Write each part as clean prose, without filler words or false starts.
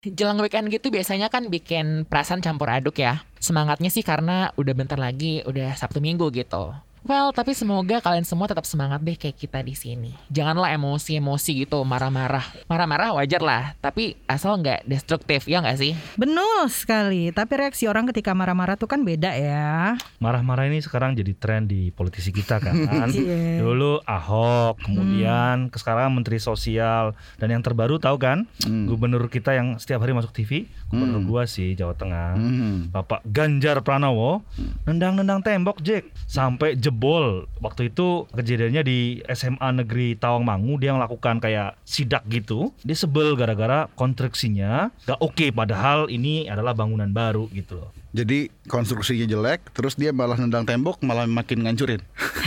Jelang weekend gitu biasanya kan bikin perasaan campur aduk ya. Semangatnya sih karena udah bentar lagi udah Sabtu Minggu gitu. Well, tapi semoga kalian semua tetap semangat deh kayak kita di sini. Janganlah emosi-emosi gitu, marah-marah. Marah-marah wajar lah, tapi asal nggak destruktif, ya nggak sih? Betul sekali, tapi reaksi orang ketika marah-marah tuh kan beda ya. Marah-marah ini sekarang jadi tren di politisi kita kan. Iya. Dulu Ahok, kemudian sekarang Menteri Sosial, dan yang terbaru tahu kan, gubernur kita yang setiap hari masuk TV, gubernur gua sih Jawa Tengah, Bapak Ganjar Pranowo, nendang-nendang tembok Jack, sampai jebol. Waktu itu kejadiannya di SMA Negeri Tawangmangu, dia melakukan kayak sidak gitu. Dia sebel gara-gara konstruksinya gak oke, padahal ini adalah bangunan baru gitu loh. Jadi konstruksinya jelek, terus dia malah nendang tembok, malah makin ngancurin.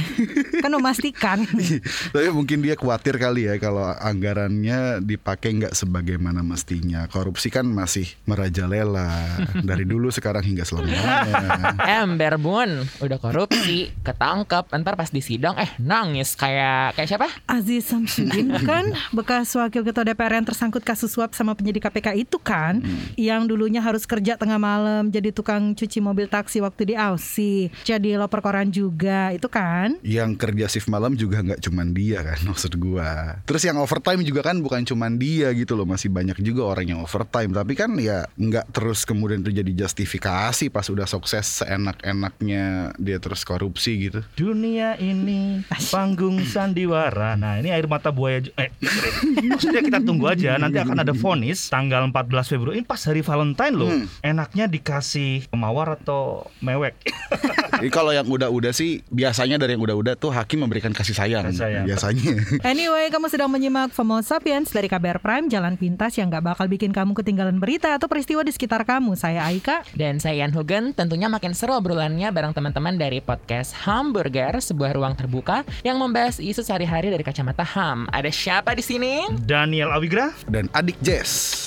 Kan memastikan. Tapi mungkin dia khawatir kali ya kalau anggarannya dipakai nggak sebagaimana mestinya. Korupsi kan masih merajalela dari dulu sekarang hingga selamanya. Ember bun, udah korupsi, ketangkep, ntar pas di sidang nangis kayak siapa? Aziz Samsudin kan bekas wakil ketua DPR yang tersangkut kasus suap sama penyidik KPK itu kan, yang dulunya harus kerja tengah malam jadi tukang cuci mobil taksi waktu di Aussie, jadi loper koran juga itu kan. Yang kerja shift malam juga nggak cuman dia kan, maksud gua. Terus yang overtime juga kan bukan cuman dia gitu loh, masih banyak juga orang yang overtime. Tapi kan ya nggak terus kemudian itu jadi justifikasi pas udah sukses seenak-enaknya dia terus korupsi gitu. Dunia ini panggung sandiwara. Nah, ini air mata buaya. Maksudnya kita tunggu aja, nanti akan ada vonis tanggal 14 Februari. Ini pas hari Valentine loh. Enaknya dikasih mawar atau mewek. Jadi kalau yang udah-udah sih biasanya dari yang udah-udah tuh hakim memberikan kasih sayang. Biasanya. Anyway, kamu sedang menyimak FOMO Sapiens dari KBR Prime, jalan pintas yang gak bakal bikin kamu ketinggalan berita atau peristiwa di sekitar kamu. Saya Aika. Dan saya Ian Hugen. Tentunya makin seru obrolannya bareng teman-teman dari podcast Hamburger, sebuah ruang terbuka yang membahas isu sehari-hari dari kacamata HAM. Ada siapa di sini? Daniel Awigra Dan adik Jess.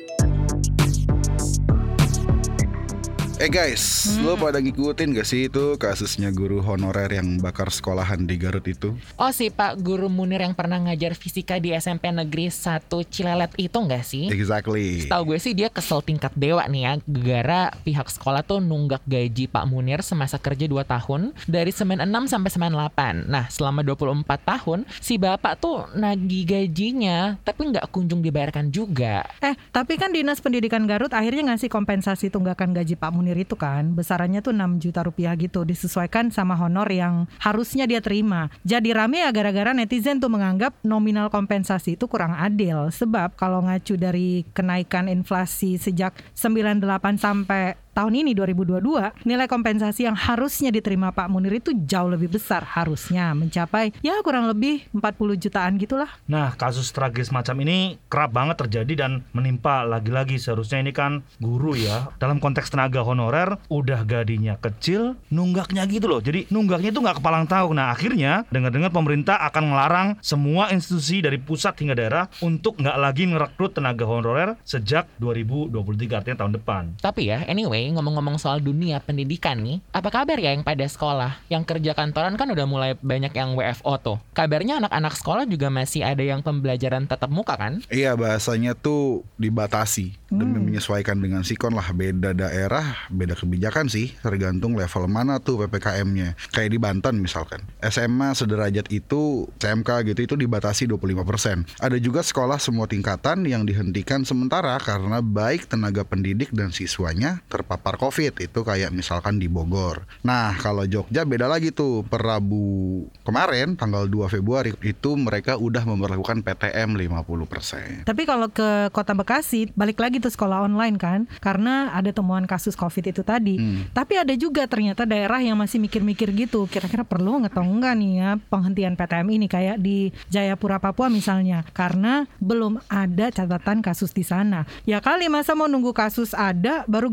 Guys, lo pada ngikutin gak sih itu kasusnya guru honorer yang bakar sekolahan di Garut itu? Oh si Pak Guru Munir yang pernah ngajar fisika di SMP Negeri 1 Cilelet itu gak sih? Exactly. Setahu gue sih dia kesel tingkat dewa nih ya, gara pihak sekolah tuh nunggak gaji Pak Munir semasa kerja 2 tahun dari Semen 6 sampai Semen 8. Nah selama 24 tahun si bapak tuh nagih gajinya tapi gak kunjung dibayarkan juga. Tapi kan Dinas Pendidikan Garut akhirnya ngasih kompensasi tunggakan gaji Pak Munir itu kan, besarannya tuh 6 juta rupiah gitu, disesuaikan sama honor yang harusnya dia terima. Jadi rame ya gara-gara netizen tuh menganggap nominal kompensasi itu kurang adil. Sebab kalau ngacu dari kenaikan inflasi sejak 98 sampai tahun ini 2022, nilai kompensasi yang harusnya diterima Pak Munir itu jauh lebih besar, harusnya mencapai ya kurang lebih 40 jutaan gitulah. Nah, kasus tragis macam ini kerap banget terjadi dan menimpa lagi-lagi. Seharusnya ini kan guru ya, dalam konteks tenaga honorer udah gajinya kecil, nunggaknya gitu loh. Jadi nunggaknya itu nggak kepalang tahu. Nah akhirnya dengar-dengar pemerintah akan melarang semua institusi dari pusat hingga daerah untuk nggak lagi merekrut tenaga honorer sejak 2023, artinya tahun depan. Tapi ya anyway, ngomong-ngomong soal dunia pendidikan nih, apa kabar ya yang pada sekolah? Yang kerja kantoran kan udah mulai banyak yang WFO tuh. Kabarnya anak-anak sekolah juga masih ada yang pembelajaran tatap muka kan? Iya, bahasanya tuh dibatasi demi menyesuaikan dengan sikon lah. Beda daerah, beda kebijakan sih, tergantung level mana tuh PPKM-nya. Kayak di Banten misalkan, SMA sederajat itu, CMK gitu, itu dibatasi 25%. Ada juga sekolah semua tingkatan yang dihentikan sementara karena baik tenaga pendidik dan siswanya terpapar COVID. Itu kayak misalkan di Bogor. Nah kalau Jogja beda lagi tuh. Per Rabu kemarin tanggal 2 Februari itu mereka udah memperlakukan PTM 50%. Tapi kalau ke Kota Bekasi balik lagi tuh sekolah online kan, karena ada temuan kasus COVID itu tadi. Tapi ada juga ternyata daerah yang masih mikir-mikir gitu, kira-kira perlu atau enggak nih ya penghentian PTM ini, kayak di Jayapura Papua misalnya, karena belum ada catatan kasus di sana. Ya kali masa mau nunggu kasus ada baru gerasa-gerusu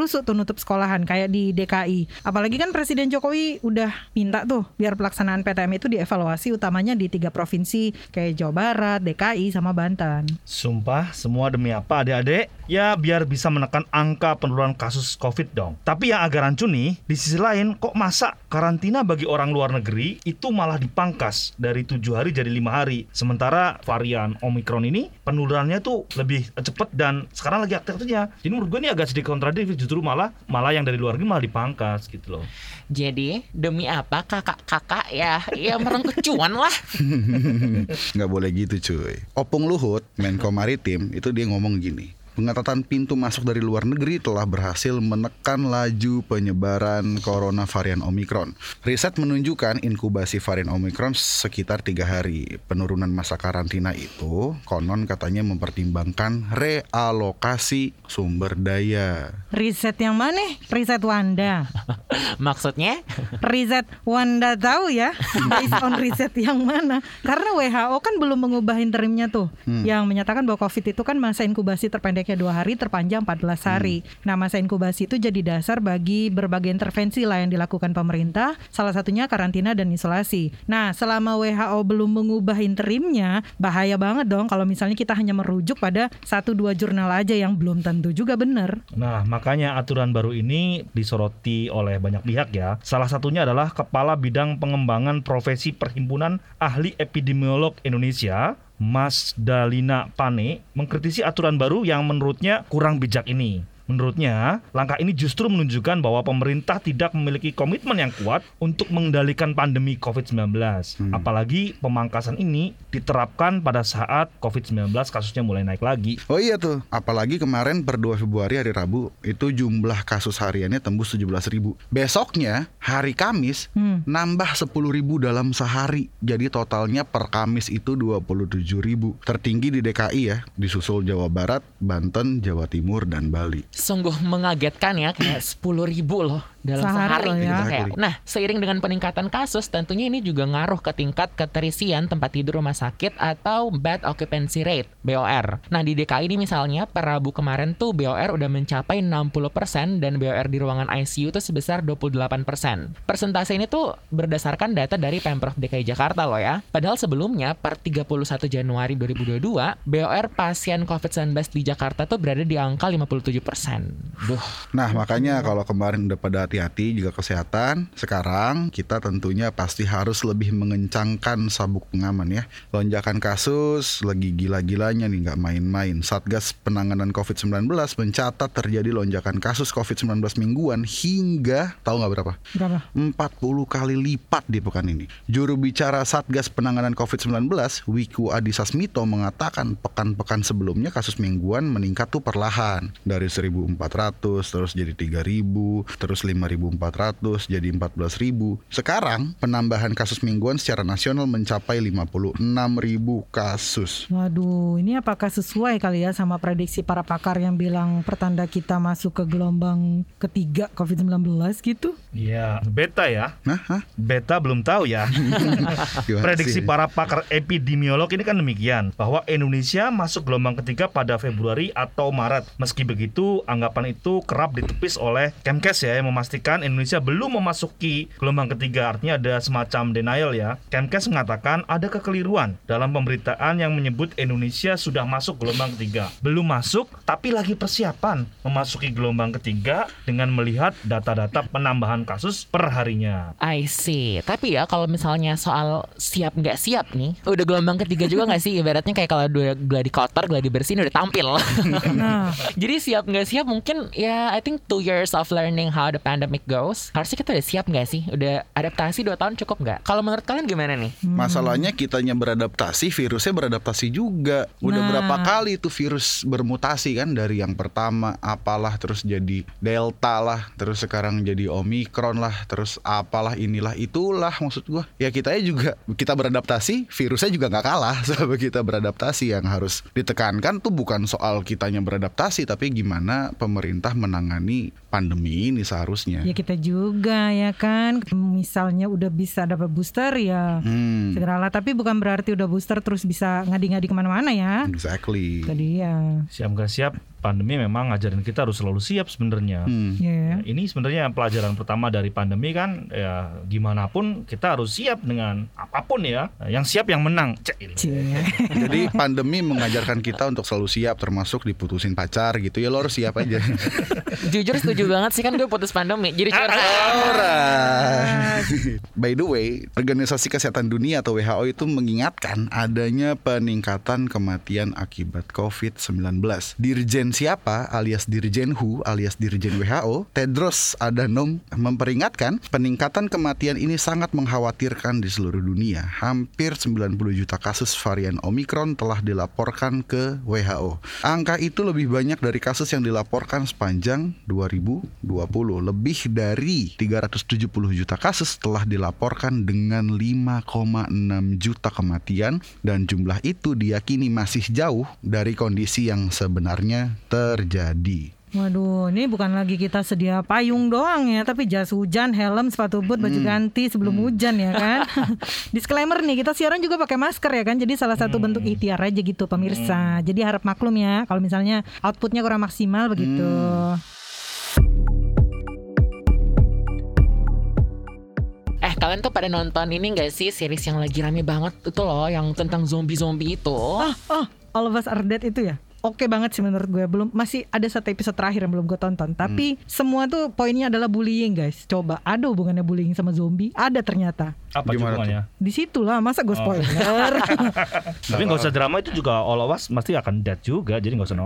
rusuk tuh nutup sekolahan kayak di DKI. Apalagi kan Presiden Jokowi udah minta tuh biar pelaksanaan PTM itu dievaluasi utamanya di 3 provinsi kayak Jawa Barat, DKI sama Banten. Sumpah, semua demi apa adik-adik? Ya biar bisa menekan angka penurunan kasus COVID dong. Tapi yang agak rancu nih, di sisi lain kok masa karantina bagi orang luar negeri itu malah dipangkas dari 7 hari jadi 5 hari. Sementara varian Omicron ini penurunannya tuh lebih cepat dan sekarang lagi aktif-aktifnya. Jadi menurut gue ini agak sedikit kontradiktif, justru malah yang dari luar negeri malah dipangkas gitu loh. Jadi demi apa kakak-kakak ya merengkuh cuan lah. Nggak boleh gitu cuy. Opung Luhut, Menko Maritim, itu dia ngomong gini. Pengetatan pintu masuk dari luar negeri telah berhasil menekan laju penyebaran corona varian Omicron. Riset menunjukkan inkubasi varian Omicron sekitar 3 hari. Penurunan masa karantina itu konon katanya mempertimbangkan realokasi sumber daya. Riset yang mana? Riset Wanda. Maksudnya? Riset Wanda tahu ya, based on riset yang mana? Karena WHO kan belum mengubah interimnya tuh, yang menyatakan bahwa COVID itu kan masa inkubasi terpendeknya 2 hari, terpanjang 14 hari. Nah, masa inkubasi itu jadi dasar bagi berbagai intervensi lah yang dilakukan pemerintah, salah satunya karantina dan isolasi. Nah, selama WHO belum mengubah interimnya, bahaya banget dong kalau misalnya kita hanya merujuk pada 1-2 jurnal aja yang belum tentu juga benar. Nah, makanya aturan baru ini disoroti oleh banyak pihak ya. Salah satunya adalah Kepala Bidang Pengembangan Profesi Perhimpunan Ahli Epidemiolog Indonesia, Mas Dalina Pane, mengkritisi aturan baru yang menurutnya kurang bijak ini. Menurutnya, langkah ini justru menunjukkan bahwa pemerintah tidak memiliki komitmen yang kuat untuk mengendalikan pandemi COVID-19. Apalagi pemangkasan ini diterapkan pada saat COVID-19 kasusnya mulai naik lagi. Oh iya tuh, apalagi kemarin per 2 Februari hari Rabu, itu jumlah kasus hariannya tembus 17.000. Besoknya, hari Kamis, nambah 10.000 dalam sehari. Jadi totalnya per Kamis itu 27.000. Tertinggi di DKI ya, disusul Jawa Barat, Banten, Jawa Timur, dan Bali. Sungguh mengagetkan ya, kayak 10.000 loh dalam sehari. Ya. Nah, seiring dengan peningkatan kasus, tentunya ini juga ngaruh ke tingkat keterisian tempat tidur rumah sakit atau bed occupancy rate, BOR. Nah, di DKI ini misalnya, per Rabu kemarin tuh BOR udah mencapai 60% dan BOR di ruangan ICU tuh sebesar 28%. Persentase ini tuh berdasarkan data dari Pemprov DKI Jakarta loh ya. Padahal sebelumnya, per 31 Januari 2022, BOR pasien COVID-19 di Jakarta tuh berada di angka 57%. Duh. Nah, makanya kalau kemarin udah pada hati-hati juga kesehatan, sekarang kita tentunya pasti harus lebih mengencangkan sabuk pengaman ya. Lonjakan kasus lagi gila-gilanya nih, nggak main-main. Satgas Penanganan COVID-19 mencatat terjadi lonjakan kasus COVID-19 mingguan hingga, tahu nggak berapa? 40 kali lipat di pekan ini. Juru bicara Satgas Penanganan COVID-19, Wiku Adhisa Smito, mengatakan pekan-pekan sebelumnya kasus mingguan meningkat tuh perlahan. Dari 1.400 terus jadi 3.000, terus 5.400 jadi 14.000. Sekarang penambahan kasus mingguan secara nasional mencapai 56.000 kasus. Waduh, ini apakah sesuai kali ya sama prediksi para pakar yang bilang pertanda kita masuk ke gelombang ketiga COVID-19 gitu? Iya, beta ya. Hah? Beta belum tahu ya. Prediksi para pakar epidemiolog ini kan demikian, bahwa Indonesia masuk gelombang ketiga pada Februari atau Maret. Meski begitu, anggapan itu kerap ditepis oleh Kemkes ya, yang memastikan Indonesia belum memasuki gelombang ketiga. Artinya ada semacam denial ya. Kemkes mengatakan ada kekeliruan dalam pemberitaan yang menyebut Indonesia sudah masuk gelombang ketiga. Belum masuk, tapi lagi persiapan memasuki gelombang ketiga dengan melihat data-data penambahan kasus per harinya. I see. Tapi ya kalau misalnya soal siap nggak siap nih, udah gelombang ketiga juga nggak sih? Ibaratnya kayak kalau udah gladi kotor, gladi bersihin udah tampil. Nah, Jadi siap nggak siap mungkin ya I think 2 years of learning how the pandemic goes. Harusnya kita udah siap nggak sih? Udah adaptasi 2 tahun cukup nggak? Kalau menurut kalian gimana nih? Masalahnya kitanya beradaptasi, virusnya beradaptasi juga. Udah berapa kali tuh virus bermutasi kan, dari yang pertama apalah, terus jadi Delta lah, terus sekarang jadi Omicron lah, terus apalah inilah itulah, maksud gua. Ya kitanya juga, kita beradaptasi, virusnya juga nggak kalah sama kita beradaptasi. Yang harus ditekankan tuh bukan soal kitanya beradaptasi, tapi gimana pemerintah menangani pandemi ini seharusnya. ya kita juga ya kan. Misalnya udah bisa dapat booster ya segeralah. Tapi bukan berarti udah booster terus bisa ngadi-ngadi kemana-mana ya. Exactly. Tadi ya. Siap gak siap, pandemi memang ngajarin kita harus selalu siap sebenarnya. Iya. Ini sebenarnya pelajaran pertama dari pandemi kan, ya gimana pun kita harus siap dengan apapun ya. Yang siap yang menang. Jadi pandemi mengajarkan kita untuk selalu siap, termasuk diputusin pacar gitu ya, lo harus siap aja. Jujur setuju banget sih, kan gue putus pandemi jadi curhat. Alright. By the way, Organisasi Kesehatan Dunia atau WHO itu mengingatkan adanya peningkatan kematian akibat COVID-19. Dirjen siapa alias Dirjen WHO alias Dirjen WHO, Tedros Adhanom memperingatkan peningkatan kematian ini sangat mengkhawatirkan di seluruh dunia. Hampir 90 juta kasus varian Omicron telah dilaporkan ke WHO. Angka itu lebih banyak dari kasus yang dilaporkan sepanjang 2020. Lebih dari 370 juta kasus telah dilaporkan dengan 5,6 juta kematian, dan jumlah itu diyakini masih jauh dari kondisi yang sebenarnya terjadi. Waduh, ini bukan lagi kita sedia payung doang ya, tapi jas hujan, helm, sepatu boot, baju ganti sebelum hujan ya kan. Disclaimer nih, kita siaran juga pakai masker ya kan. Jadi salah satu bentuk ikhtiar aja gitu pemirsa. Jadi harap maklum ya kalau misalnya outputnya kurang maksimal begitu. Kalian tuh pada nonton ini gak sih series yang lagi rame banget itu loh, yang tentang zombie-zombie itu? All of Us Are Dead itu ya? Oke banget sih menurut gue. Masih ada satu episode terakhir yang belum gue tonton. Tapi semua tuh poinnya adalah bullying guys. Coba, ada hubungannya bullying sama zombie? Ada ternyata. Apa hubungannya? Di situ lah, masa gue spoiler? Tapi nggak usah drama, itu juga all of us pasti akan dead juga. Jadi nggak usah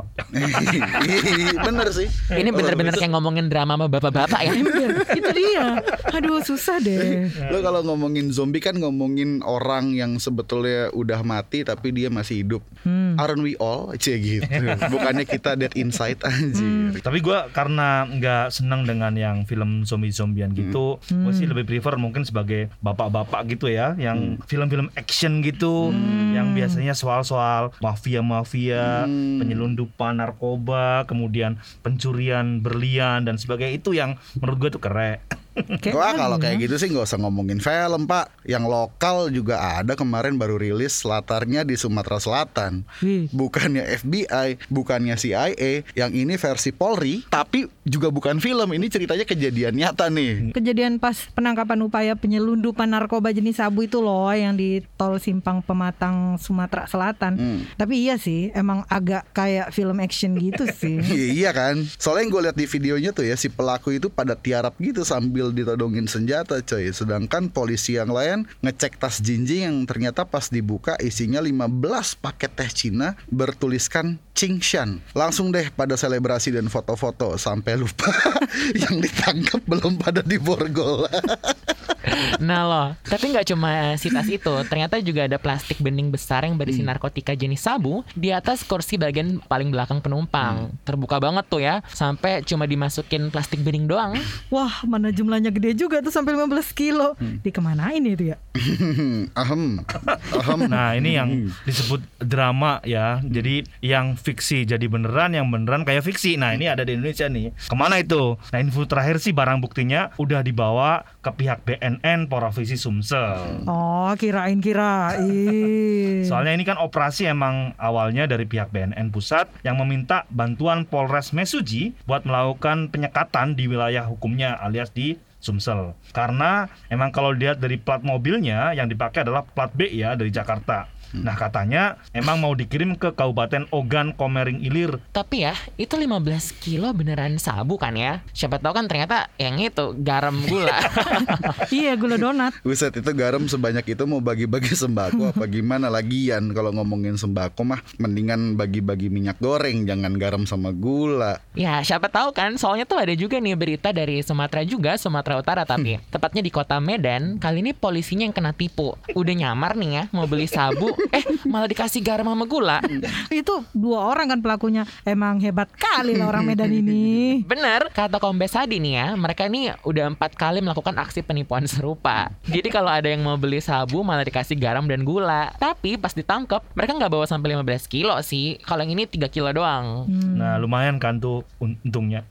Bener sih. Ini bener-bener kayak ngomongin drama sama bapak-bapak ya. Itu dia. Aduh susah deh. Lo kalau ngomongin zombie kan ngomongin orang yang sebetulnya udah mati tapi dia masih hidup. Aren't we all? Gitu. Bukannya kita dead inside anjir. Tapi gue karena nggak senang dengan yang film zombie-zombian gitu, gue sih lebih prefer mungkin sebagai bapak-bapak gitu ya, yang film-film action gitu, yang biasanya soal-soal mafia-mafia, penyelundupan narkoba, kemudian pencurian berlian dan sebagainya, itu yang menurut gue tuh keren. Wah kalau kayak gitu sih nggak usah ngomongin film pak. Yang lokal juga ada kemarin baru rilis, latarnya di Sumatera Selatan. Bukannya FBI, bukannya CIA. Yang ini versi Polri, tapi juga bukan film. Ini ceritanya kejadian nyata nih. Kejadian pas penangkapan upaya penyelundupan narkoba jenis sabu itu loh, yang di tol Simpang Pematang Sumatera Selatan. Tapi iya sih, emang agak kayak film action gitu sih. Iya kan. Soalnya yang gue lihat di videonya tuh ya, si pelaku itu pada tiarap gitu sambil ditodongin senjata coy. Sedangkan polisi yang lain ngecek tas jinjing yang ternyata pas dibuka isinya 15 paket teh Cina bertuliskan Qingshan. Langsung deh pada selebrasi dan foto-foto, sampai lupa yang ditangkap belum pada diborgol. Nah loh, tapi gak cuma si tas itu, ternyata juga ada plastik bening besar yang berisi narkotika jenis sabu di atas kursi bagian paling belakang penumpang. Terbuka banget tuh ya, sampai cuma dimasukin plastik bening doang. Wah, mana jumlahnya gede juga tuh, sampai 15 kilo. Dikemanain itu ya? Ahem. Nah ini yang disebut drama ya. Jadi yang fiksi jadi beneran, yang beneran kayak fiksi. Nah ini ada di Indonesia nih. Kemana itu? Nah info terakhir sih barang buktinya udah dibawa ke pihak BNN Provinsi Sumsel. Oh kirain. Soalnya ini kan operasi emang awalnya dari pihak BNN pusat yang meminta bantuan Polres Mesuji buat melakukan penyekatan di wilayah hukumnya alias di Sumsel. Karena emang kalau lihat dari plat mobilnya yang dipakai adalah plat B ya, dari Jakarta. Nah katanya emang mau dikirim ke Kabupaten Ogan Komering Ilir. Tapi ya itu 15 kilo beneran sabu kan ya. Siapa tahu kan ternyata yang itu garam gula. Iya, gula donat. Buset, itu garam sebanyak itu mau bagi-bagi sembako apa gimana? Lagian kalau ngomongin sembako mah mendingan bagi-bagi minyak goreng, jangan garam sama gula. Ya siapa tahu kan, soalnya tuh ada juga nih berita dari Sumatera juga, Sumatera Utara tapi tepatnya di kota Medan. Kali ini polisinya yang kena tipu. Udah nyamar nih ya mau beli sabu, malah dikasih garam sama gula. Itu 2 orang kan pelakunya. Emang hebat kali lah orang Medan ini. Bener, kata Kombes Hadi nih ya, mereka ini udah 4 kali melakukan aksi penipuan serupa. Jadi kalau ada yang mau beli sabu malah dikasih garam dan gula. Tapi pas ditangkap mereka gak bawa sampai 15 kilo sih. Kalau yang ini 3 kilo doang. Nah lumayan kan tuh untungnya.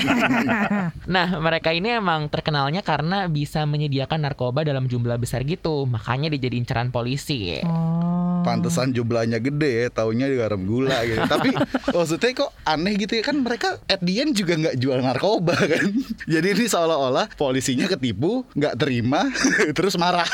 Nah mereka ini emang terkenalnya karena bisa menyediakan narkoba dalam jumlah besar gitu. Makanya dijadiin inceran polisi. Pantesan jumlahnya gede ya, taunya garam gula gitu. Tapi maksudnya kok aneh gitu ya, kan mereka at the end juga nggak jual narkoba kan. Jadi ini seolah-olah polisinya ketipu, nggak terima, terus marah.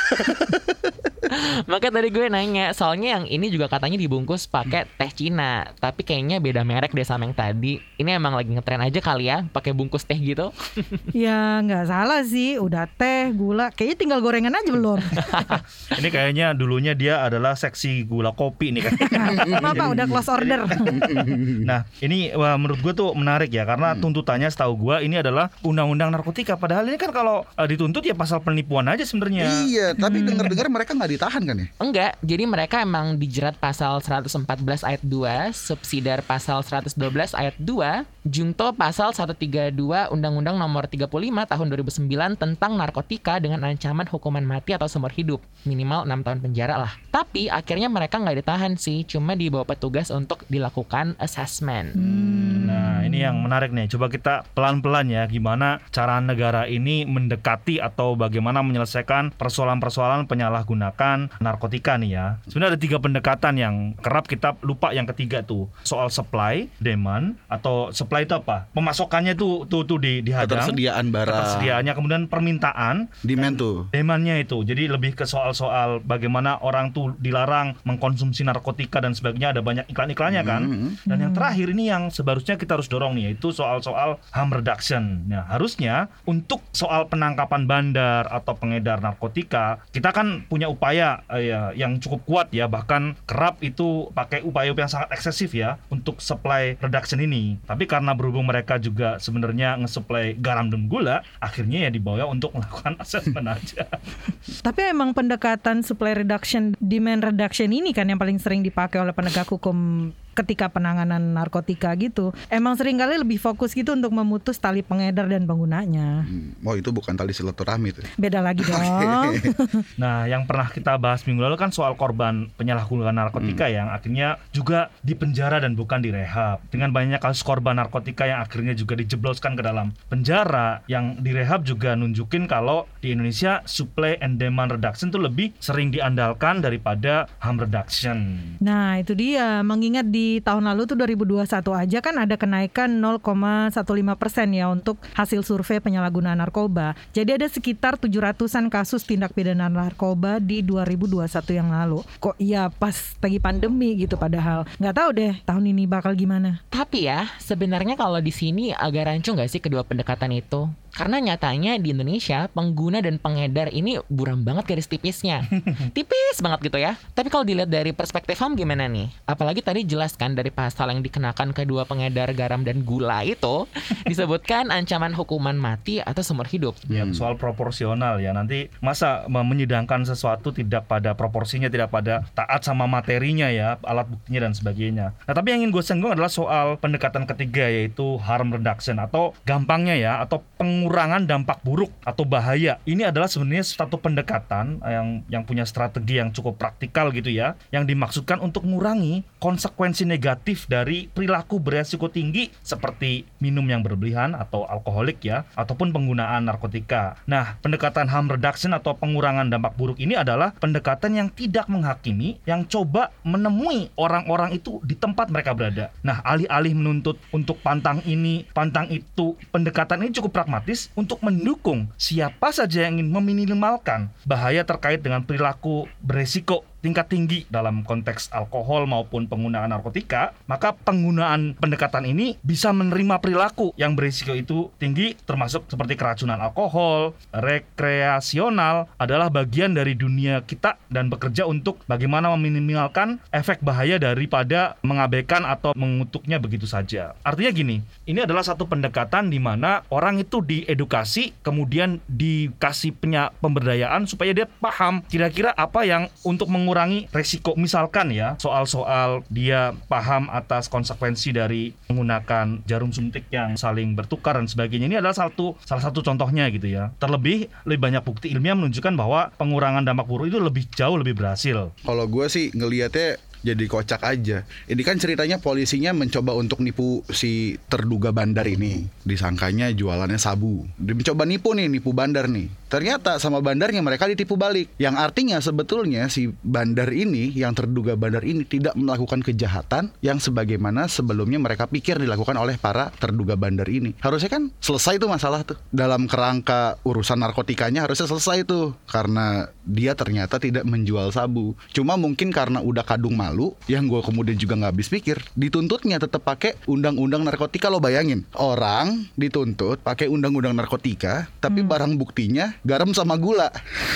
Makanya tadi gue nanya, soalnya yang ini juga katanya dibungkus pakai teh Cina, tapi kayaknya beda merek deh sama yang tadi. Ini emang lagi ngetren aja kali ya, pakai bungkus teh gitu. Ya nggak salah sih, udah teh, gula, kayaknya tinggal gorengan aja belum. Ini kayaknya dulunya dia adalah seksi gula kopi nih kan. Apa udah close order? Nah ini menurut gue tuh menarik ya, karena tuntutannya setahu gue ini adalah undang-undang narkotika. Padahal ini kan kalau dituntut ya pasal penipuan aja sebenarnya. Iya, tapi dengar-dengar mereka nggak ditahan kan ya? Enggak, jadi mereka emang dijerat pasal 114 ayat 2, subsidiar pasal 112 ayat 2, junto pasal 132 Undang-Undang Nomor 35 Tahun 2009 tentang narkotika dengan ancaman hukuman mati atau seumur hidup, minimal 6 tahun penjara lah. Tapi akhirnya mereka nggak ditahan sih, cuma dibawa petugas untuk dilakukan assessment. Nah ini yang menarik nih, coba kita pelan-pelan ya gimana cara negara ini mendekati atau bagaimana menyelesaikan persoalan-persoalan penyalahgunaan narkotika nih ya. Sebenarnya ada 3 pendekatan yang kerap kita lupa, yang ketiga tuh soal supply, demand, atau supply itu apa? Pemasokannya tuh dihadang, Ketersediaan barang, ketersediaannya, kemudian permintaan, demand tuh. demandnya itu. Jadi lebih ke soal-soal bagaimana orang tuh dilarang mengkonsumsi narkotika dan sebagainya, ada banyak iklan-iklannya kan. Dan yang terakhir ini yang seharusnya kita harus dorong nih, yaitu soal-soal harm reduction. Nah, harusnya untuk soal penangkapan bandar atau pengedar narkotika, kita kan punya upaya yang cukup kuat ya, bahkan kerap itu pakai upaya-upaya yang sangat eksesif ya untuk supply reduction ini. Tapi karena berhubung mereka juga sebenarnya nge-supply garam dan gula, akhirnya ya dibawa untuk melakukan assessment aja. Tapi emang pendekatan supply reduction, demand reduction ini kan yang paling sering dipakai oleh penegak hukum ketika penanganan narkotika gitu. Emang seringkali lebih fokus gitu untuk memutus tali pengedar dan penggunanya. Oh itu bukan tali silaturahmi tuh. Beda lagi dong. Nah, yang pernah kita bahas minggu lalu kan soal korban penyalahgunaan narkotika yang akhirnya juga dipenjara dan bukan direhab. Dengan banyak kasus korban narkotika yang akhirnya juga dijebloskan ke dalam penjara, yang direhab juga nunjukin kalau di Indonesia supply and demand reduction itu lebih sering diandalkan daripada harm reduction. Nah itu dia, mengingat di tahun lalu tuh 2021 aja kan ada kenaikan 0,15% ya untuk hasil survei penyalahgunaan narkoba. Jadi ada sekitar 700-an kasus tindak pidana narkoba di 2021 yang lalu. Kok iya pas lagi pandemi gitu, padahal nggak tahu deh tahun ini bakal gimana. Tapi ya, sebenarnya kalau di sini agak rancu nggak sih kedua pendekatan itu? Karena nyatanya di Indonesia pengguna dan pengedar ini buram banget garis tipisnya. Tipis banget gitu ya. Tapi kalau dilihat dari perspektif HAM gimana nih? Apalagi tadi jelas kan dari pasal yang dikenakan kedua pengedar garam dan gula itu disebutkan ancaman hukuman mati atau seumur hidup. Ya, soal proporsional ya. Nanti masa menyidangkan sesuatu tidak pada proporsinya, tidak pada taat sama materinya ya, alat buktinya dan sebagainya. Nah, tapi yang ingin gue singgung adalah soal pendekatan ketiga, yaitu harm reduction, atau gampangnya ya, atau pengurangan dampak buruk atau bahaya. Ini adalah sebenarnya satu pendekatan yang punya strategi yang cukup praktikal gitu ya, yang dimaksudkan untuk mengurangi konsekuensi negatif dari perilaku beresiko tinggi seperti minum yang berlebihan atau alkoholik ya, ataupun penggunaan narkotika. Nah, pendekatan harm reduction atau pengurangan dampak buruk ini adalah pendekatan yang tidak menghakimi, yang coba menemui orang-orang itu di tempat mereka berada. Nah, alih-alih menuntut untuk pantang ini, pantang itu, pendekatan ini cukup pragmatis untuk mendukung siapa saja yang ingin meminimalkan bahaya terkait dengan perilaku beresiko tingkat tinggi dalam konteks alkohol maupun penggunaan narkotika. Maka penggunaan pendekatan ini bisa menerima perilaku yang berisiko itu tinggi, termasuk seperti keracunan alkohol, rekreasional, adalah bagian dari dunia kita dan bekerja untuk bagaimana meminimalkan efek bahaya daripada mengabaikan atau mengutuknya begitu saja. Artinya gini, ini adalah satu pendekatan di mana orang itu diedukasi, kemudian dikasih pemberdayaan supaya dia paham kira-kira apa yang untuk mengurangi resiko. Misalkan ya, soal-soal dia paham atas konsekuensi dari menggunakan jarum suntik yang saling bertukar dan sebagainya. Ini adalah salah satu contohnya gitu ya. Terlebih lebih banyak bukti ilmiah menunjukkan bahwa pengurangan dampak buruk itu jauh lebih berhasil. Kalau gue sih ngelihatnya jadi kocak aja. Ini kan ceritanya polisinya mencoba untuk nipu si terduga bandar ini. Disangkanya jualannya sabu. Dia mencoba nipu bandar nih. Ternyata sama bandarnya mereka ditipu balik. Yang artinya sebetulnya si bandar ini, yang terduga bandar ini tidak melakukan kejahatan yang sebagaimana sebelumnya mereka pikir dilakukan oleh para terduga bandar ini. Harusnya kan selesai tuh masalah tuh. Dalam kerangka urusan narkotikanya harusnya selesai tuh. Karena dia ternyata tidak menjual sabu. Cuma mungkin karena udah kadung malu, yang gue kemudian juga gak habis pikir, dituntutnya tetap pakai undang-undang narkotika. Lo bayangin, orang dituntut pakai undang-undang narkotika, tapi barang buktinya garam sama gula.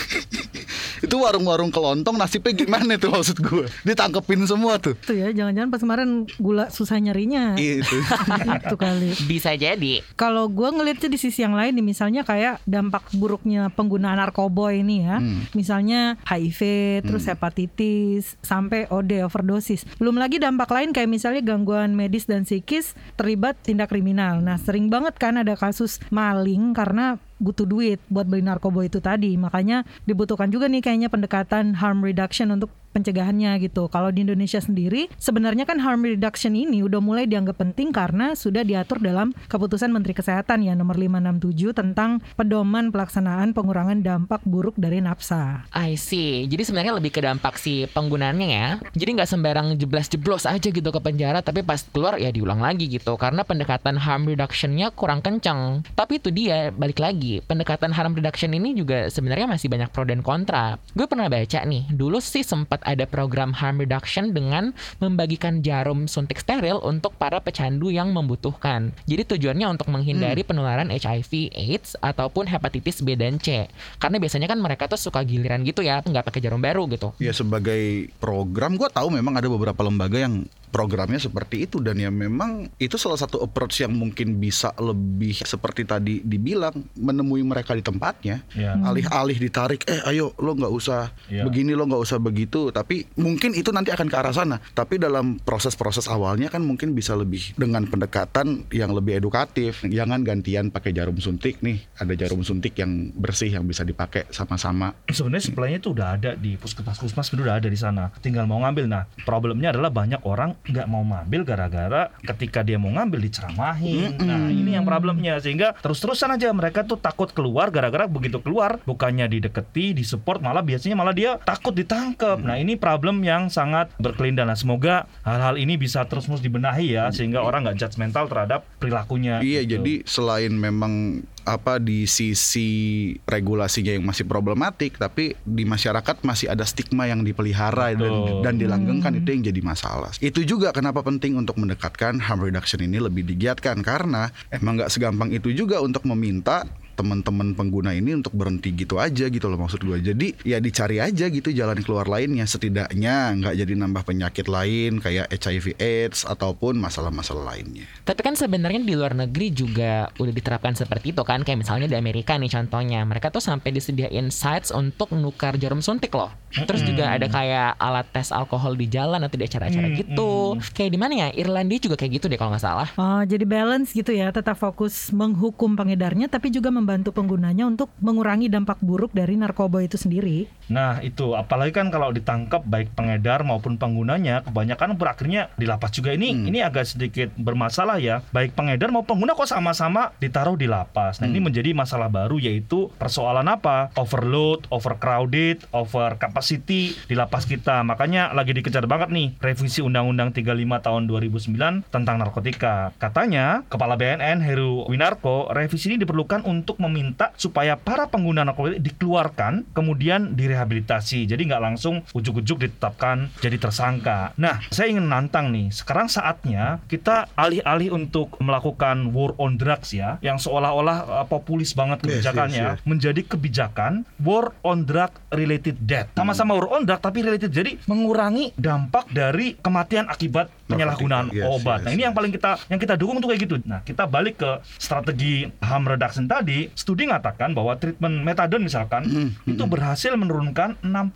Itu warung-warung kelontong nasibnya gimana tuh maksud gue? Ditangkepin semua tuh. Tuh ya, jangan-jangan pas kemarin gula susah nyarinya. Itu. Itu kali. Bisa jadi. Kalau gue ngeliatnya di sisi yang lain nih, misalnya kayak dampak buruknya penggunaan narkoba ini ya. Misalnya HIV, terus hepatitis, sampai OD, overdosis. Belum lagi dampak lain kayak misalnya gangguan medis dan psikis terlibat tindak kriminal. Nah, sering banget kan ada kasus maling karena butuh duit buat beli narkoba itu tadi. Makanya dibutuhkan juga nih kayaknya pendekatan harm reduction untuk pencegahannya gitu. Kalau di Indonesia sendiri sebenarnya kan harm reduction ini udah mulai dianggap penting karena sudah diatur dalam keputusan Menteri Kesehatan ya nomor 567 tentang pedoman pelaksanaan pengurangan dampak buruk dari nafsa. I see. Jadi sebenarnya lebih ke dampak si penggunaannya ya. Jadi nggak sembarang jeblos-jeblos aja gitu ke penjara, tapi pas keluar ya diulang lagi gitu. Karena pendekatan harm reduction-nya kurang kencang. Tapi itu dia, balik lagi, pendekatan harm reduction ini juga sebenarnya masih banyak pro dan kontra. Gue pernah baca nih, dulu sih sempat ada program harm reduction dengan membagikan jarum suntik steril untuk para pecandu yang membutuhkan. Jadi tujuannya untuk menghindari penularan HIV, AIDS, ataupun hepatitis B dan C. Karena biasanya kan mereka tuh suka giliran gitu ya, nggak pakai jarum baru gitu. Ya sebagai program gue tahu memang ada beberapa lembaga yang programnya seperti itu, dan ya memang itu salah satu approach yang mungkin bisa lebih seperti tadi dibilang, menemui mereka di tempatnya. Alih-alih ditarik, ayo lo nggak usah begini, lo nggak usah begitu, tapi mungkin itu nanti akan ke arah sana. Tapi dalam proses-proses awalnya kan mungkin bisa lebih dengan pendekatan yang lebih edukatif. Jangan gantian pakai jarum suntik nih, ada jarum suntik yang bersih yang bisa dipakai sama-sama. Sebenarnya supply-nya itu udah ada di puskesmas, udah ada di sana, tinggal mau ngambil. Nah, problemnya adalah banyak orang nggak mau ngambil gara-gara ketika dia mau ngambil diceramahin. Nah, ini yang problemnya, sehingga terus-terusan aja mereka tuh takut keluar, gara-gara begitu keluar bukannya dideketi, disupport, malah biasanya dia takut ditangkap. Nah, ini problem yang sangat berkelindan. Nah, semoga hal-hal ini bisa terus-menerus dibenahi ya, sehingga orang nggak judgmental terhadap perilakunya. Iya, gitu. Jadi selain memang di sisi regulasinya yang masih problematik, tapi di masyarakat masih ada stigma yang dipelihara dan dilanggengkan, itu yang jadi masalah. Itu juga kenapa penting untuk mendekatkan harm reduction ini lebih digiatkan, karena emang nggak segampang itu juga untuk meminta teman-teman pengguna ini untuk berhenti gitu aja gitu loh maksud gue. Jadi ya dicari aja gitu jalan keluar lainnya, setidaknya nggak jadi nambah penyakit lain kayak HIV AIDS ataupun masalah-masalah lainnya. Tapi kan sebenarnya di luar negeri juga udah diterapkan seperti itu kan, kayak misalnya di Amerika nih contohnya, mereka tuh sampai disediain sites untuk nukar jarum suntik loh. Terus juga ada kayak alat tes alkohol di jalan atau di acara-acara gitu. Kayak di mana ya? Irlandia juga kayak gitu deh kalau nggak salah. Oh, jadi balance gitu ya, tetap fokus menghukum pengedarnya tapi juga membantu penggunanya untuk mengurangi dampak buruk dari narkoba itu sendiri. Nah, itu apalagi kan kalau ditangkap baik pengedar maupun penggunanya, kebanyakan berakhirnya di lapas juga. Ini agak sedikit bermasalah ya. Baik pengedar maupun pengguna kok sama-sama ditaruh di lapas. Nah, ini menjadi masalah baru, yaitu persoalan apa? Overload, overcrowded, overcapacity di lapas kita. Makanya lagi dikejar banget nih revisi Undang-Undang 35 tahun 2009 tentang narkotika. Katanya Kepala BNN Heru Winarko, revisi ini diperlukan untuk meminta supaya para pengguna narkotika dikeluarkan kemudian direhabilitasi. Jadi nggak langsung ujuk-ujuk ditetapkan jadi tersangka. Nah, saya ingin nantang nih, sekarang saatnya kita alih-alih untuk melakukan war on drugs ya, yang seolah-olah populis banget kebijakannya, menjadi kebijakan war on drug related death. Sama-sama war on drug tapi related, jadi mengurangi dampak dari kematian akibat penyalahgunaan obat. Nah, ini yang paling kita dukung tuh kayak gitu. Nah, kita balik ke strategi harm reduction tadi. Studi mengatakan bahwa treatment metadon misalkan itu berhasil menurunkan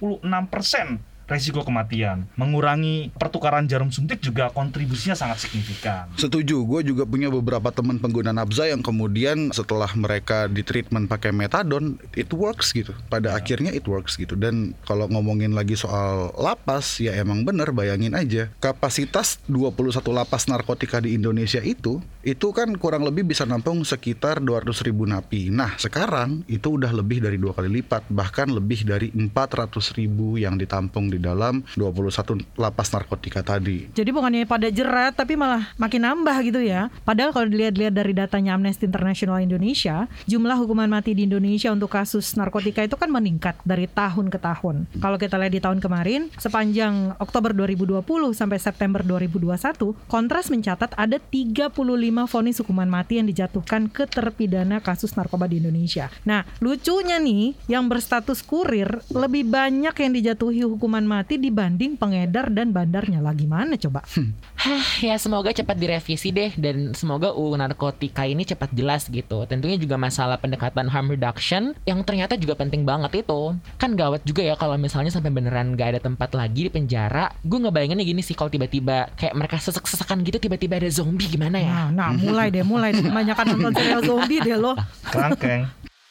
66% resiko kematian. Mengurangi pertukaran jarum suntik juga kontribusinya sangat signifikan. Setuju, gue juga punya beberapa teman pengguna nafza yang kemudian setelah mereka di treatment pakai metadon, it works gitu. Pada akhirnya it works gitu. Dan kalau ngomongin lagi soal lapas, ya emang bener, bayangin aja. Kapasitas 21 lapas narkotika di Indonesia itu itu kan kurang lebih bisa nampung sekitar 200.000 napi. Nah sekarang itu udah lebih dari 2 kali lipat, bahkan lebih dari 400.000 yang ditampung di dalam 21 lapas narkotika tadi. Jadi bukannya pada jerat tapi malah makin nambah gitu ya. Padahal kalau dilihat-lihat dari datanya Amnesty International Indonesia, jumlah hukuman mati di Indonesia untuk kasus narkotika itu kan meningkat dari tahun ke tahun. Kalau kita lihat di tahun kemarin, sepanjang Oktober 2020 sampai September 2021, Kontras mencatat ada 35 vonis hukuman mati yang dijatuhkan ke terpidana kasus narkoba di Indonesia. Nah, lucunya nih, yang berstatus kurir lebih banyak yang dijatuhi hukuman mati dibanding pengedar dan bandarnya. Lah gimana coba? Ya semoga cepat direvisi deh, dan semoga UU narkotika ini cepat jelas gitu. Tentunya juga masalah pendekatan harm reduction yang ternyata juga penting banget itu. Kan gawat juga ya kalau misalnya sampai beneran gak ada tempat lagi di penjara. Gue ngebayanginnya gini sih, kalau tiba-tiba kayak mereka sesek-sesekan gitu, tiba-tiba ada zombie, gimana ya? Nah mulai deh. Kebanyakan nonton serial zombie deh lo. Kerangkeng.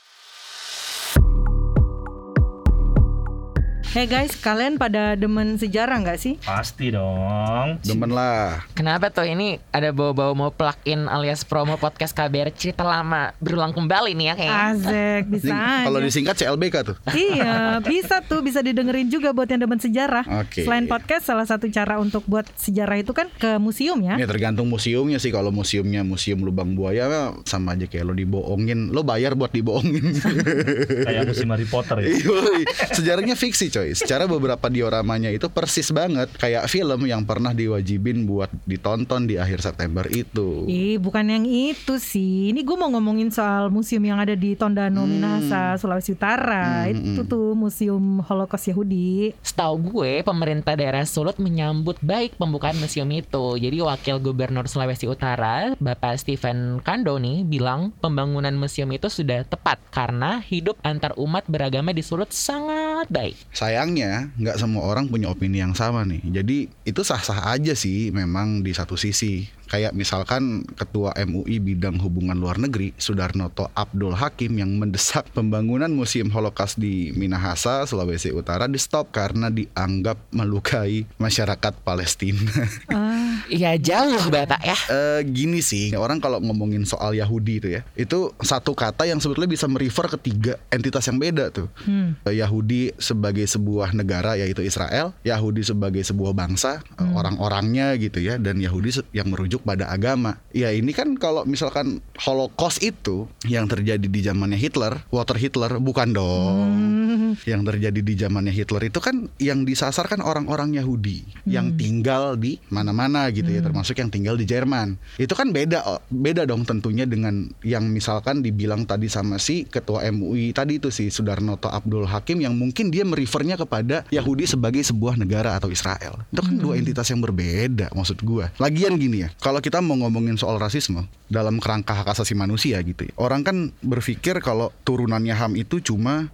Hey guys, kalian pada demen sejarah nggak sih? Pasti dong. Demen lah. Kenapa tuh ini ada bau-bau mau plug in alias promo podcast KBR cerita lama berulang kembali nih ya kayaknya. Asik, bisa aja. Kalau disingkat CLBK tuh. Iya, bisa didengerin juga buat yang demen sejarah. Oke. Selain podcast, salah satu cara untuk buat sejarah itu kan ke museum ya. Ya tergantung museumnya sih. Kalau museumnya museum lubang buaya sama aja kayak lo dibohongin. Lo bayar buat dibohongin. Kayak musim Harry Potter ya. Sejarahnya fiksi coy. Secara beberapa dioramanya itu persis banget kayak film yang pernah diwajibin buat ditonton di akhir September itu. Bukan yang itu sih. Ini gue mau ngomongin soal museum yang ada di Tondano, Minahasa, Sulawesi Utara. Itu tuh museum Holocaust Yahudi. Setahu gue pemerintah daerah Sulut menyambut baik pembukaan museum itu. Jadi Wakil Gubernur Sulawesi Utara Bapak Stephen Kando nih bilang pembangunan museum itu sudah tepat karena hidup antar umat beragama di Sulut sangat baik. Sayangnya nggak semua orang punya opini yang sama nih. Jadi itu sah-sah aja sih memang di satu sisi. Kayak misalkan Ketua MUI Bidang Hubungan Luar Negeri Sudarnoto Abdul Hakim yang mendesak pembangunan Museum Holocaust di Minahasa, Sulawesi Utara di stop karena dianggap melukai masyarakat Palestina. Iya jauh Bapak ya. Gini sih, orang kalau ngomongin soal Yahudi itu ya, itu satu kata yang sebetulnya bisa merefer ke 3 entitas yang beda tuh. Yahudi sebagai sebuah negara yaitu Israel, Yahudi sebagai sebuah bangsa, orang-orangnya gitu ya, dan Yahudi yang merujuk pada agama. Ya ini kan kalau misalkan Holocaust itu yang terjadi di zamannya Hitler, Walter Hitler, bukan dong. Yang terjadi di zamannya Hitler itu kan yang disasar kan orang-orang Yahudi yang tinggal di mana-mana gitu ya, termasuk yang tinggal di Jerman. Itu kan beda dong tentunya dengan yang misalkan dibilang tadi sama si Ketua MUI tadi itu si Sudarnoto Abdul Hakim yang mungkin dia merefernya kepada Yahudi sebagai sebuah negara atau Israel. Itu kan 2 entitas yang berbeda maksud gua. Lagian gini ya, kalau kita mau ngomongin soal rasisme dalam kerangka hak asasi manusia gitu ya, orang kan berpikir kalau turunannya HAM itu cuma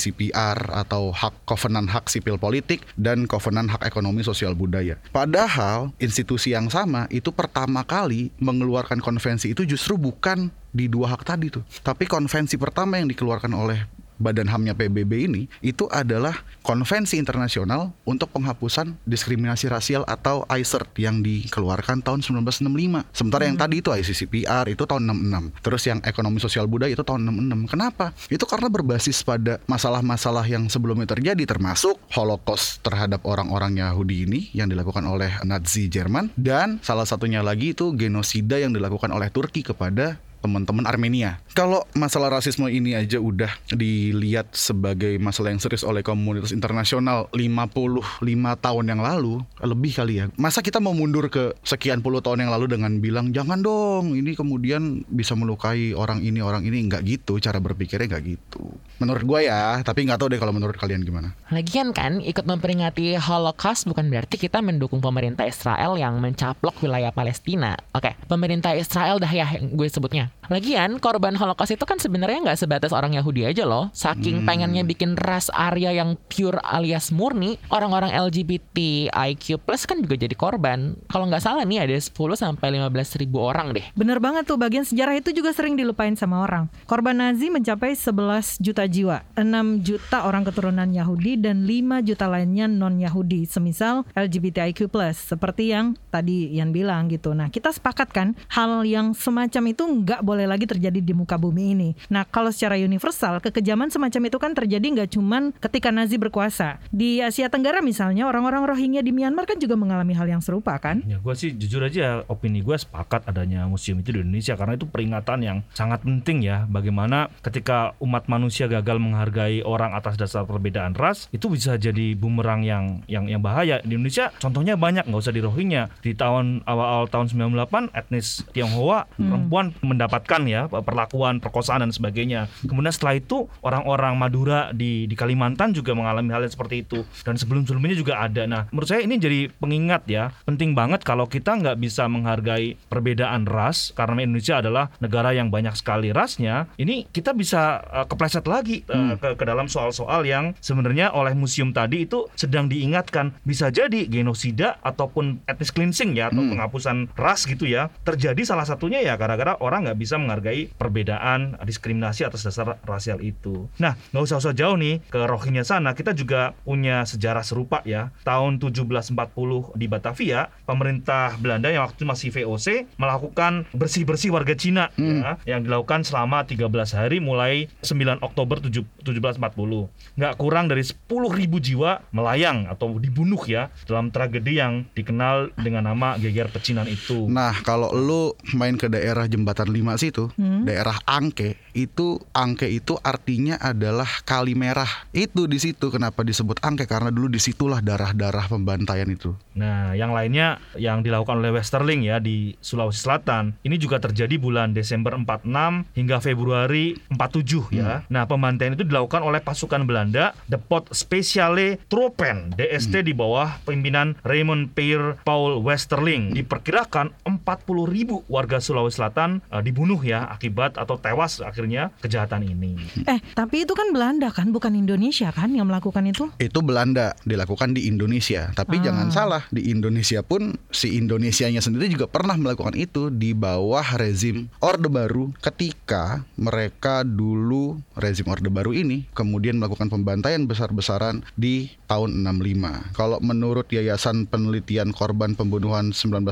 ICCPR atau Kovenan Hak Sipil Politik dan Kovenan Hak Ekonomi Sosial Budaya. Padahal institusi yang sama itu pertama kali mengeluarkan konvensi itu justru bukan di 2 hak tadi tuh, tapi konvensi pertama yang dikeluarkan oleh Badan HAM-nya PBB ini itu adalah Konvensi Internasional untuk Penghapusan Diskriminasi Rasial atau ICERT yang dikeluarkan tahun 1965. Sementara yang tadi itu ICCPR itu tahun 66. Terus yang Ekonomi Sosial Budaya itu tahun 66. Kenapa? Itu karena berbasis pada masalah-masalah yang sebelumnya terjadi, termasuk Holocaust terhadap orang-orang Yahudi ini yang dilakukan oleh Nazi Jerman, dan salah satunya lagi itu genosida yang dilakukan oleh Turki kepada teman-teman Armenia. Kalau masalah rasisme ini aja udah dilihat sebagai masalah yang serius oleh komunitas internasional 55 tahun yang lalu, lebih kali ya. Masa kita mau mundur ke sekian puluh tahun yang lalu dengan bilang jangan dong, ini kemudian bisa melukai orang ini, nggak gitu, cara berpikirnya nggak gitu. Menurut gue ya, tapi nggak tahu deh kalau menurut kalian gimana. Lagian kan ikut memperingati Holocaust bukan berarti kita mendukung pemerintah Israel yang mencaplok wilayah Palestina. Oke, pemerintah Israel dah ya gue sebutnya. sebenarnya. Lagian korban Holocaust itu kan sebenarnya nggak sebatas orang Yahudi aja loh. Saking pengennya bikin ras Arya yang pure alias murni, orang-orang LGBTIQ+ kan juga jadi korban. Kalau nggak salah nih ada 10 sampai 15 ribu orang deh. Bener banget tuh, bagian sejarah itu juga sering dilupain sama orang. Korban Nazi mencapai 11 juta jiwa, 6 juta orang keturunan Yahudi dan 5 juta lainnya non-Yahudi, semisal LGBTIQ+, seperti yang tadi Ian bilang gitu. Nah, kita sepakat kan, hal yang semacam itu nggak boleh lagi terjadi di muka bumi ini. Nah, kalau secara universal, kekejaman semacam itu kan terjadi nggak cuman ketika Nazi berkuasa. Di Asia Tenggara misalnya, orang-orang Rohingya di Myanmar kan juga mengalami hal yang serupa kan? Ya, gue sih jujur aja, opini gue sepakat adanya museum itu di Indonesia karena itu peringatan yang sangat penting ya. Bagaimana ketika umat manusia gagal menghargai orang atas dasar perbedaan ras, itu bisa jadi bumerang yang bahaya. Di Indonesia contohnya banyak, nggak usah di Rohingya. Di awal tahun 98 etnis Tionghoa perempuan mendapatkan ya perlakuan perkosaan dan sebagainya. Kemudian setelah itu orang-orang Madura di Kalimantan juga mengalami hal yang seperti itu, dan sebelum-sebelumnya juga ada. Nah, menurut saya ini jadi pengingat ya, penting banget kalau kita nggak bisa menghargai perbedaan ras karena Indonesia adalah negara yang banyak sekali rasnya. Ini kita bisa kepleset lagi ke dalam soal-soal yang sebenarnya oleh museum tadi itu sedang diingatkan. Bisa jadi genosida ataupun ethnic cleansing ya, atau penghapusan ras gitu ya, terjadi salah satunya ya gara-gara orang nggak bisa menghargai perbedaan, diskriminasi atas dasar rasial itu. Nah, nggak usah jauh nih ke Rohingya sana, kita juga punya sejarah serupa ya. Tahun 1740 di Batavia, pemerintah Belanda yang waktu itu masih VOC melakukan bersih-bersih warga Cina ya, yang dilakukan selama 13 hari mulai 9 Oktober 1740. Nggak kurang dari 10.000 jiwa melayang atau dibunuh ya dalam tragedi yang dikenal dengan nama Geger Pecinan itu. Nah, kalau lu main ke daerah Jembatan 5 situ, daerah Angke itu artinya adalah Kali Merah. Itu di situ kenapa disebut Angke, karena dulu disitulah darah-darah pembantaian itu. Nah, yang lainnya yang dilakukan oleh Westerling ya di Sulawesi Selatan, ini juga terjadi bulan Desember 46 hingga Februari 47 ya. Nah, pembantaian itu dilakukan oleh pasukan Belanda, Depot Speciale Troepen DST di bawah pimpinan Raymond Peer Paul Westerling. Diperkirakan 40.000 warga Sulawesi Selatan dibunuh ya akibat atau tewas akhirnya kejahatan ini. Tapi itu kan Belanda kan, bukan Indonesia kan yang melakukan itu? Itu Belanda, dilakukan di Indonesia. Tapi jangan salah, di Indonesia pun si Indonesianya sendiri juga pernah melakukan itu di bawah rezim Orde Baru, ketika mereka dulu rezim Orde Baru ini kemudian melakukan pembantaian besar-besaran di tahun 65. Kalau menurut Yayasan Penelitian Korban Pembunuhan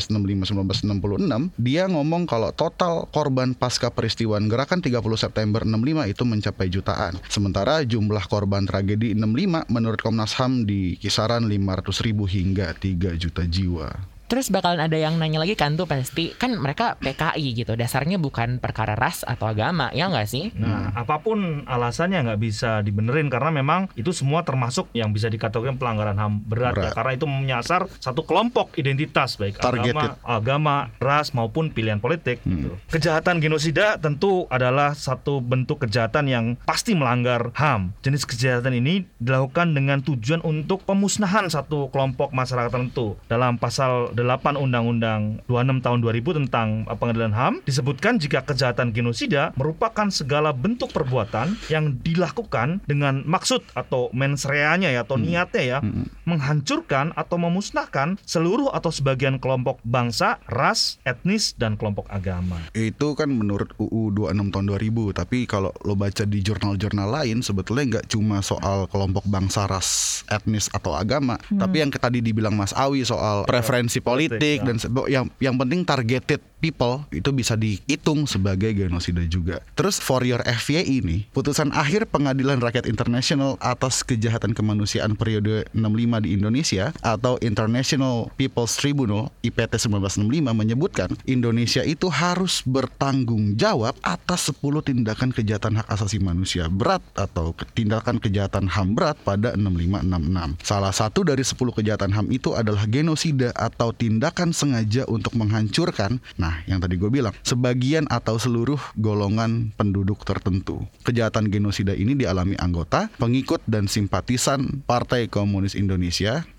1965-1966, dia ngomong kalau total korban pasca peristiwaan gerakan 30 September 65 itu mencapai jutaan. Sementara jumlah korban tragedi 65 menurut Komnas HAM di kisaran 500.000 hingga 3 juta jiwa. Terus bakalan ada yang nanya lagi kan tuh pasti, kan mereka PKI gitu, dasarnya bukan perkara ras atau agama, ya nggak sih? Nah, apapun alasannya nggak bisa dibenerin karena memang itu semua termasuk yang bisa dikategorikan pelanggaran HAM berat. Ya, karena itu menyasar satu kelompok identitas baik agama, ras maupun pilihan politik. Gitu. Kejahatan genosida tentu adalah satu bentuk kejahatan yang pasti melanggar HAM. Jenis kejahatan ini dilakukan dengan tujuan untuk pemusnahan satu kelompok masyarakat tertentu. Dalam pasal 8 Undang-Undang 26 tahun 2000 tentang Pengadilan HAM disebutkan jika kejahatan genosida merupakan segala bentuk perbuatan yang dilakukan dengan maksud atau mens reanya ya, atau niatnya ya, menghancurkan atau memusnahkan seluruh atau sebagian kelompok bangsa, ras, etnis, dan kelompok agama. Itu kan menurut UU 26 tahun 2000. Tapi kalau lo baca di jurnal-jurnal lain, sebetulnya nggak cuma soal kelompok bangsa, ras, etnis, atau agama. Tapi yang tadi dibilang Mas Awi soal preferensi politik dan yang penting targeted people itu bisa dihitung sebagai genosida juga. Terus for your FYI ini, putusan akhir Pengadilan Rakyat Internasional atas kejahatan kemanusiaan periode 65 di Indonesia atau International People's Tribunal IPT 1965 menyebutkan Indonesia itu harus bertanggung jawab atas 10 tindakan kejahatan hak asasi manusia berat atau tindakan kejahatan HAM berat pada 6566. Salah satu dari 10 kejahatan HAM itu adalah genosida atau tindakan sengaja untuk menghancurkan, nah yang tadi gue bilang, sebagian atau seluruh golongan penduduk tertentu. Kejahatan genosida ini dialami anggota, pengikut dan simpatisan Partai Komunis Indonesia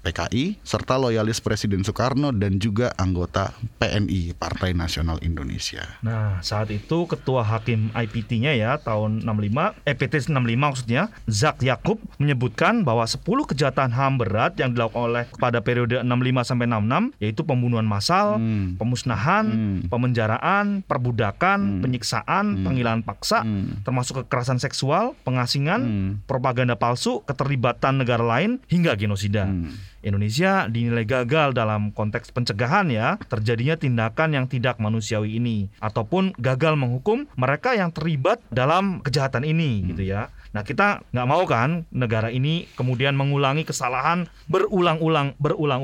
PKI, serta loyalis Presiden Soekarno dan juga anggota PNI, Partai Nasional Indonesia. Nah, saat itu ketua hakim IPT-nya ya tahun 65, PT 65 maksudnya, Zak Yakub menyebutkan bahwa 10 kejahatan HAM berat yang dilakukan oleh pada periode 65 sampai 66 yaitu pembunuhan massal, pemusnahan, pemenjaraan, perbudakan, penyiksaan, penghilangan paksa, termasuk kekerasan seksual, pengasingan, propaganda palsu, keterlibatan negara lain hingga genosida. Indonesia dinilai gagal dalam konteks pencegahan ya terjadinya tindakan yang tidak manusiawi ini ataupun gagal menghukum mereka yang terlibat dalam kejahatan ini gitu ya. Nah, kita nggak mau kan negara ini kemudian mengulangi kesalahan berulang-ulang.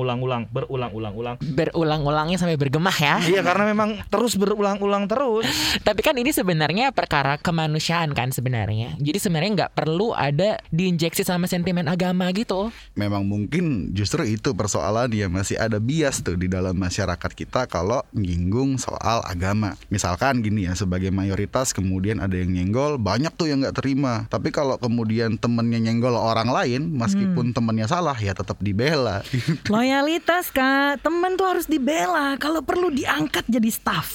Berulang-ulangnya sampai bergemah ya. Iya, karena memang terus berulang-ulang terus. Tapi kan ini sebenarnya perkara kemanusiaan kan sebenarnya. Jadi sebenarnya nggak perlu ada diinjeksi sama sentimen agama gitu. Memang mungkin justru itu persoalan ya, masih ada bias tuh di dalam masyarakat kita kalau nyinggung soal agama. Misalkan gini ya, sebagai mayoritas kemudian ada yang nyenggol, banyak tuh yang nggak terima. Tapi kalau kemudian temennya nyenggol orang lain, meskipun temennya salah ya tetap dibela. Loyalitas Kak, teman tuh harus dibela. Kalau perlu diangkat jadi staff.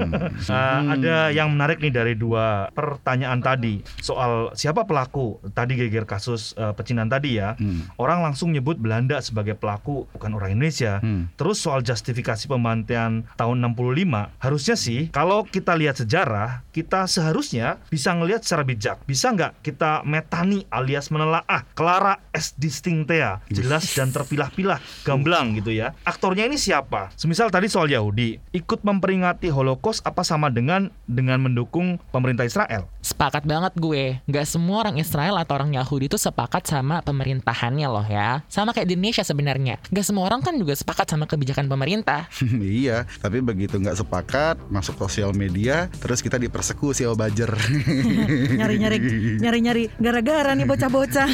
Ada yang menarik nih dari dua pertanyaan tadi soal siapa pelaku. Tadi geger kasus pecinan tadi ya. Orang langsung nyebut Belanda sebagai pelaku, bukan orang Indonesia. Terus soal justifikasi pembantaian tahun 65, harusnya sih kalau kita lihat sejarah, kita seharusnya bisa ngelihat secara bijak. Bisa nggak kita metani alias menelaah Clara S. Distinctea, jelas dan terpilah-pilah, gamblang gitu ya. Aktornya ini siapa? Semisal tadi soal Yahudi, ikut memperingati Holocaust apa sama dengan mendukung pemerintah Israel? Sepakat banget gue. Gak semua orang Israel atau orang Yahudi itu sepakat sama pemerintahannya loh ya. Sama kayak di Indonesia sebenarnya. Gak semua orang kan juga sepakat sama kebijakan pemerintah. Iya, tapi begitu nggak sepakat, masuk sosial media, terus kita dipersekusi sama buzzer. Nyari-nyari gara-gara nih bocah-bocah.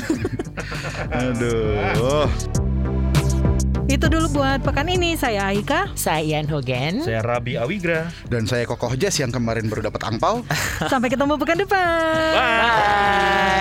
Aduh. Itu dulu buat pekan ini. Saya Aika. Saya Ian Hogan. Saya Rabi Awigra. Dan saya Kokoh Jas yang kemarin baru dapat angpau. Sampai ketemu pekan depan. Bye.